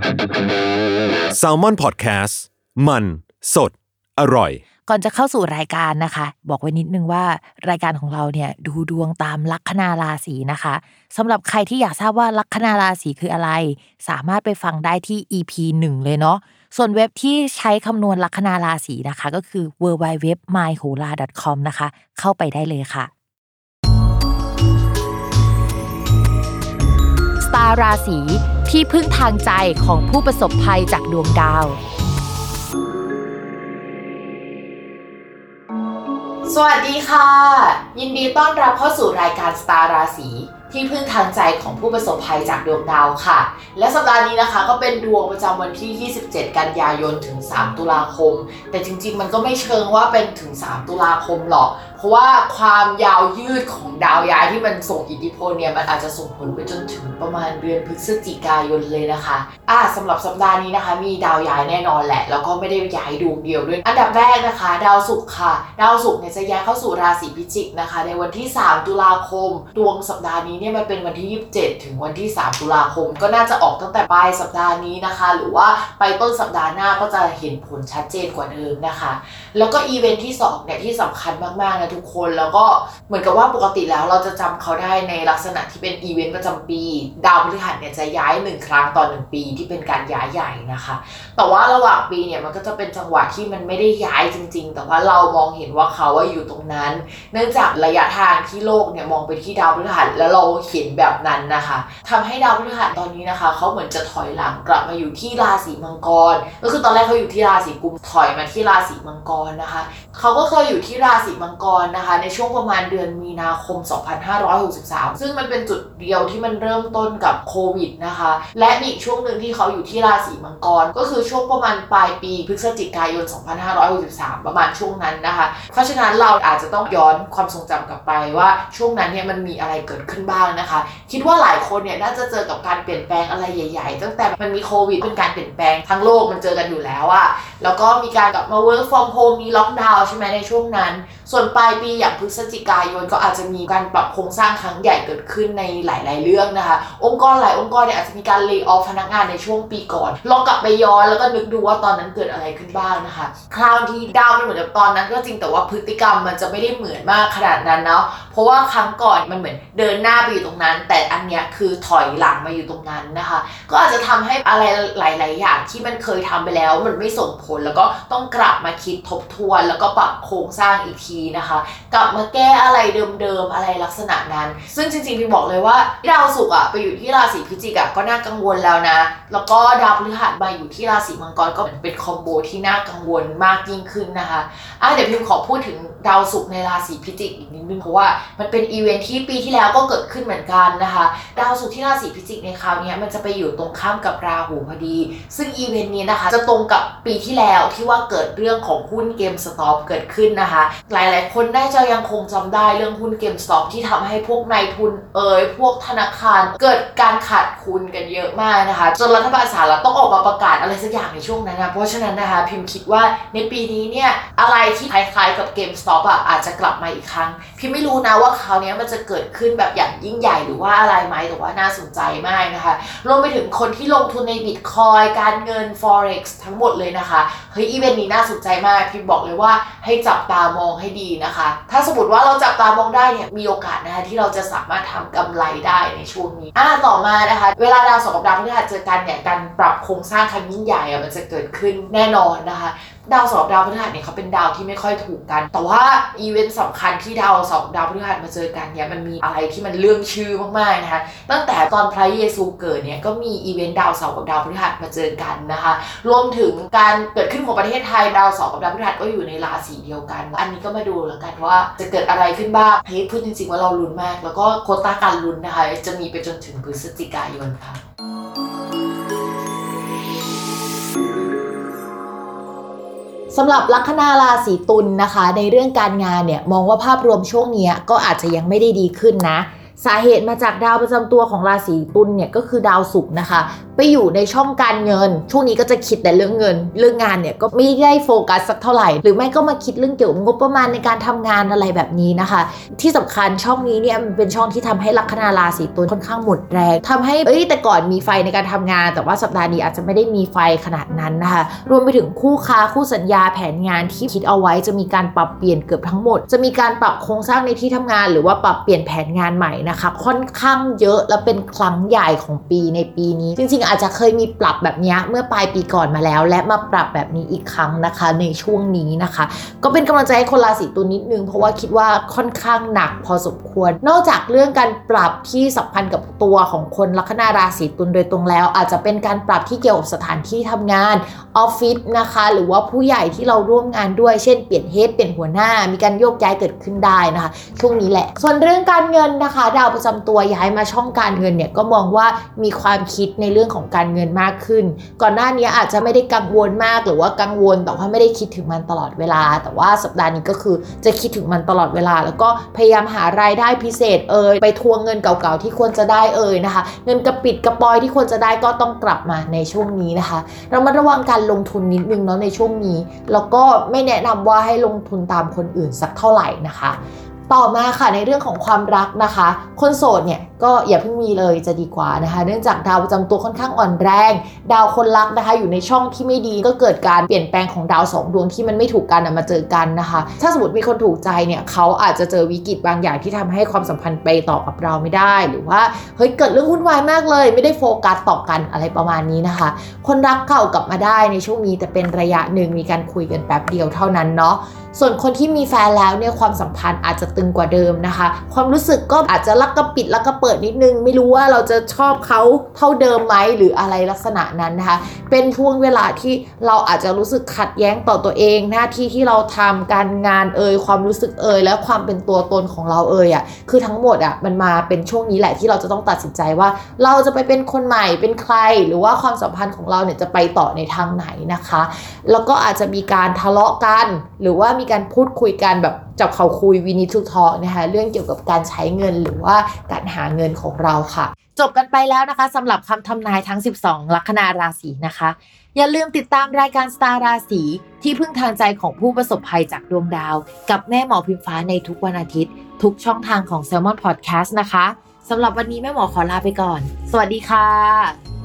Salmon Podcast มันสดอร่อยก่อนจะเข้าสู่รายการนะคะบอกไว้นิดนึงว่ารายการของเราเนี่ยดูดวงตามลัคนาราศีนะคะสำหรับใครที่อยากทราบว่าลัคนาราศีคืออะไรสามารถไปฟังได้ที่ EP 1เลยเนาะส่วนเว็บที่ใช้คำนวณลัคนาราศีนะคะก็คือ www.myhola.com นะคะเข้าไปได้เลยค่ะสตาร์ราศีที่พึ่งทางใจของผู้ประสบภัยจากดวงดาวสวัสดีค่ะยินดีต้อนรับเข้าสู่รายการสตาร์ราศีที่พึ่งทางใจของผู้ประสบภัยจากดวงดาวค่ะและสัปดาห์นี้นะคะก็เป็นดวงประจำวันที่27กันยายนถึง3ตุลาคมแต่จริงๆมันก็ไม่เชิงว่าเป็นถึง3ตุลาคมหรอกเพราะว่าความยาวยืดของดาวย้ายที่มันส่งอิทธิพลเนี่ยมันอาจจะส่งผลไปจนถึงประมาณเดือนพฤศจิกายนเลยนะคะสำหรับสัปดาห์นี้นะคะมีดาวย้ายแน่นอนแหละแล้วก็ไม่ได้ย้ายดวงเดียวด้วยอันดับแรกนะคะดาวศุกร์ค่ะดาวศุกร์เนี่ยจะย้ายเข้าสู่ราศีพิจิกนะคะในวันที่3ตุลาคมดวงสัปดาห์นี้เนี่ยมันเป็นวันที่27ถึงวันที่3ตุลาคมก็น่าจะออกตั้งแต่ปลายสัปดาห์นี้นะคะหรือว่าไปต้นสัปดาห์หน้าก็จะเห็นผลชัดเจนกว่าเดิมนะคะแล้วก็อีเวนท์ที่2เนี่ยที่สำคัญมากๆนะทุกคนแล้วก็เหมือนกับว่าปกติแล้วเราจะจำเขาได้ในลักษณะที่เป็นอีเวนต์ประจำปีดาวพฤหัสเนี่ยจะย้าย1ครั้งต่อ1ปีที่เป็นการย้ายใหญ่นะคะแต่ว่าระหว่างปีเนี่ยมันก็จะเป็นจังหวะที่มันไม่ได้ย้ายจริงๆแต่ว่าเรามองเห็นว่าเขาอยู่ตรงนั้นเนื่องจากระยะทางที่โลกเนี่ยมองไปที่ดาวพฤหัสแล้วเราเห็นแบบนั้นนะคะทำให้ดาวพฤหัสตอนนี้นะคะเขาเหมือนจะถอยหลังกลับมาอยู่ที่ราศีมังกรก็คือตอนแรกเขาอยู่ที่ราศีกุมถอยมาที่ราศีมังกรนะคะเขาก็เคยอยู่ที่ราศีมังกรนะคะในช่วงประมาณเดือนมีนาคม2563ซึ่งมันเป็นจุดเดียวที่มันเริ่มต้นกับโควิดนะคะและมีอีกช่วงหนึ่งที่เขาอยู่ที่ราศีมังกรก็คือช่วงประมาณปลายปีพฤศจิกายน2563ประมาณช่วงนั้นนะคะเพราะฉะนั้นเราอาจจะต้องย้อนความทรงจำกลับไปว่าช่วงนั้นเนี่ยมันมีอะไรเกิดขึ้นบ้างนะคะคิดว่าหลายคนเนี่ยน่าจะเจอกับการเปลี่ยนแปลงอะไรใหญ่ๆตั้งแต่มันมีโควิดเป็นการเปลี่ยนแปลงทั้งโลกมันเจอกันอยู่แล้วอะแล้วก็มีการกลับมา work from home มีล็อกดาวน์ใช่ไหมในช่วงนั้นส่วนปลายปีอย่างพฤศจิกายนก็อาจจะมีการปรับโครงสร้างครั้งใหญ่เกิดขึ้นในหลายๆเรื่องนะคะองค์กรหลายองค์กรเนี่ยอาจจะมีการเลย์ออฟพนักงานในช่วงปีก่อนลองกลับไปย้อนแล้วก็นึกดูว่าตอนนั้นเกิดอะไรขึ้นบ้างนะคะคราวที่ดาวมันเหมือนกับตอนนั้นก็จริงแต่ว่าพฤติกรรมมันจะไม่ได้เหมือนมากขนาดนั้นเนาะเพราะว่าครั้งก่อนมันเหมือนเดินหน้าไปอยู่ตรงนั้นแต่อันเนี้ยคือถอยหลังมาอยู่ตรงนั้นนะคะก็อาจจะทำให้อะไรหลายๆอย่างที่มันเคยทำไปแล้วมันไม่ส่งผลแล้วก็ต้องกลับมาคิดทบทวนแล้วก็ปรับโครงสร้างอีกทีนะคะกลับมาแก้อะไรเดิมๆอะไรลักษณะนั้นซึ่งจริงๆพี่บอกเลยว่าดาวศุกร์ไปอยู่ที่ราศีพิจิกก็น่ากังวลแล้วนะแล้วก็ดาวพฤหัสมาอยู่ที่ราศีมังกรก็เป็นคอมโบที่น่ากังวลมากยิ่งขึ้นนะคะเดี๋ยวพี่ขอพูดถึงดาวศุกร์ในราศีพิจิกอีกนิดนึงเพราะว่ามันเป็นอีเวนท์ที่ปีที่แล้วก็เกิดขึ้นเหมือนกันนะคะดาวศุกร์ที่ราศีพิจิกในคราวนี้มันจะไปอยู่ตรงข้ามกับราหูพอดีซึ่งอีเวนต์นี้นะคะจะตรงกับปีที่แล้วที่ว่าเกิดเรื่องของหุ้นเกมสต็อปเกิดขึ้นนะคะหลายๆคนน่าจะยังคงจำได้เรื่องหุ้นเกมสต็อปที่ทำให้พวกนายทุนพวกธนาคารเกิดการขาดทุนกันเยอะมากนะคะจนรัฐบาลสหรัฐต้องออกมาประกาศอะไรสักอย่างในช่วงนั้นนะเพราะฉะนั้นนะคะพิมคิดว่าในปีนี้เนี่ยอะไรที่คล้ายๆกับเกมสต็อปอาจจะกลับมาอีกครั้งพิมไม่รู้นะว่าคราวนี้มันจะเกิดขึ้นแบบอย่างยิ่งใหญ่หรือว่าอะไรไหมแต่ว่าน่าสนใจมากนะคะรวมไปถึงคนที่ลงทุนในบิตคอยน์การเงิน forex ทั้งหมดเลยนะคะเฮ้ยอีเวนต์นี้น่าสนใจมากพิมบอกเลยว่าให้จับตามองให้ดีนะคะถ้าสมมติว่าเราจับตามองได้เนี่ยมีโอกาสนะคะที่เราจะสามารถทำกำไรได้ในช่วงนี้ต่อมานะคะเวลาดาวศุกร์กับดาวพฤหัสเจอกันเนี่ยการปรับโครงสร้างครั้งยิ่งใหญ่มันจะเกิดขึ้นแน่นอนนะคะดาวศุกร์ดาวพฤหัสเนี่ยเขาเป็นดาวที่ไม่ค่อยถูกกันแต่ว่าอีเวนต์สำคัญที่ดาวศุกร์ดาวพฤหัสมาเจอกันเนี่ยมันมีอะไรที่มันเรื่องชื่อมากๆนะคะตั้งแต่ตอนพระเยซูเกิดเนี่ยก็มีอีเวนต์ดาวศุกร์กับดาวพฤหัสมาเจอกันนะคะรวมถึงการเกิดขึ้นของประเทศไทยดาวศุกร์กับดาวพฤหัสก็อยู่ในราศีเดียวกันอันนี้ก็มาดูแล้วกันว่าจะเกิดอะไรขึ้นบ้างเฮ้ยพูดจริงๆว่าเราลุ้นมากแล้วก็โควต้าการลุ้นนะคะจะมีไปจนถึงพฤศจิกายนค่ะสำหรับลัคนาราศีตุลนะคะในเรื่องการงานเนี่ยมองว่าภาพรวมช่วงนี้ก็อาจจะยังไม่ได้ดีขึ้นนะสาเหตุมาจากดาวประจำตัวของราศีตุลเนี่ยก็คือดาวศุกร์นะคะไปอยู่ในช่องการเงินช่วงนี้ก็จะคิดแต่เรื่องเงินเรื่องงานเนี่ยก็ไม่ได้โฟกัสสักเท่าไหร่หรือไม่ก็มาคิดเรื่องเกี่ยวกับงบประมาณในการทำงานอะไรแบบนี้นะคะที่สำคัญช่องนี้เนี่ยมันเป็นช่องที่ทำให้ลัคนาราศีตุลค่อนข้างหมดแรงทำให้แต่ก่อนมีไฟในการทำงานแต่ว่าสัปดาห์นี้อาจจะไม่ได้มีไฟขนาดนั้นนะคะรวมไปถึงคู่ค้าคู่สัญญาแผนงานที่คิดเอาไว้จะมีการปรับเปลี่ยนเกือบทั้งหมดจะมีการปรับโครงสร้างในที่ทำงานหรือว่าปรับเปลี่ยนแผนงานใหม่นะคะค่อนข้างเยอะและเป็นครั้งใหญ่ของปีในปีนี้จริงๆอาจจะเคยมีปรับแบบนี้เมื่อปลายปีก่อนมาแล้วและมาปรับแบบนี้อีกครั้งนะคะในช่วงนี้นะคะก็เป็นกำลังใจให้คนราศีตุลนิดนึงเพราะว่าคิดว่าค่อนข้างหนักพอสมควรนอกจากเรื่องการปรับที่สัมพันธ์กับตัวของคนลัคนาราศีตุลโดยตรงแล้วอาจจะเป็นการปรับที่เกี่ยวกับสถานที่ทำงานออฟฟิศนะคะหรือว่าผู้ใหญ่ที่เราร่วมงานด้วยเช่นเปลี่ยนเฮดเปลี่ยนหัวหน้ามีการโยกย้ายเกิดขึ้นได้นะคะช่วงนี้แหละส่วนเรื่องการเงินนะคะดาวประจำตัวย้ายมาช่องการเงินเนี่ยก็มองว่ามีความคิดในเรื่องของการเงินมากขึ้นก่อนหน้านี้อาจจะไม่ได้กังวลมากหรือว่ากังวลแต่ว่าไม่ได้คิดถึงมันตลอดเวลาแต่ว่าสัปดาห์นี้ก็คือจะคิดถึงมันตลอดเวลาแล้วก็พยายามหารายได้พิเศษไปทวงเงินเก่าๆที่ควรจะได้นะคะเงินกระปิดกระปอยที่ควรจะได้ก็ต้องกลับมาในช่วงนี้นะคะเรามาระวังการลงทุนนิดนึงเนาะในช่วงนี้แล้วก็ไม่แนะนำว่าให้ลงทุนตามคนอื่นสักเท่าไหร่นะคะต่อมาค่ะในเรื่องของความรักนะคะคนโสดเนี่ยก็อย่าเพิ่งมีเลยจะดีกว่านะคะเนื่องจากดาวประจำตัวค่อนข้างอ่อนแรงดาวคนรักนะคะอยู่ในช่องที่ไม่ดีก็เกิดการเปลี่ยนแปลงของดาว2ดวงที่มันไม่ถูกกันมาเจอกันนะคะถ้าสมมติมีคนถูกใจเนี่ยเขาอาจจะเจอวิกฤตบางอย่างที่ทำให้ความสัมพันธ์ไปต่อกับเราไม่ได้หรือว่าเกิดเรื่องวุ่นวายมากเลยไม่ได้โฟกัสต่อกันอะไรประมาณนี้นะคะคนรักเก่ากลับมาได้ในช่วงนี้แต่เป็นระยะหนึ่งมีการคุยกันแป๊บเดียวเท่านั้นเนาะส่วนคนที่มีแฟนแล้วเนี่ยความสัมพันธ์อาจจะตึงกว่าเดิมนะคะความรู้สึกก็อาจจะลักกระปิดลักกระเปิดนิดนึงไม่รู้ว่าเราจะชอบเขาเท่าเดิมไหมหรืออะไรลักษณะนั้นนะคะเป็นช่วงเวลาที่เราอาจจะรู้สึกขัดแย้งต่อตัวเองหน้าที่ที่เราทำการงานความรู้สึกและความเป็นตัวตนของเราคือทั้งหมดมันมาเป็นช่วงนี้แหละที่เราจะต้องตัดสินใจว่าเราจะไปเป็นคนใหม่เป็นใครหรือว่าความสัมพันธ์ของเราเนี่ยจะไปต่อในทางไหนนะคะแล้วก็อาจจะมีการทะเลาะกันหรือว่ามีการพูดคุยกันแบบจับเขาคุยวินิทุกทอนะคะเรื่องเกี่ยวกับการใช้เงินหรือว่าการหาเงินของเราค่ะจบกันไปแล้วนะคะสำหรับคำทำนายทั้ง12ลัคนาราศีนะคะอย่าลืมติดตามรายการสตาร์ราศีที่พึ่งทางใจของผู้ประสบภัยจากดวงดาวกับแม่หมอพิมฟ้าในทุกวันอาทิตย์ทุกช่องทางของ Salmon Podcast นะคะสำหรับวันนี้แม่หมอขอลาไปก่อนสวัสดีค่ะ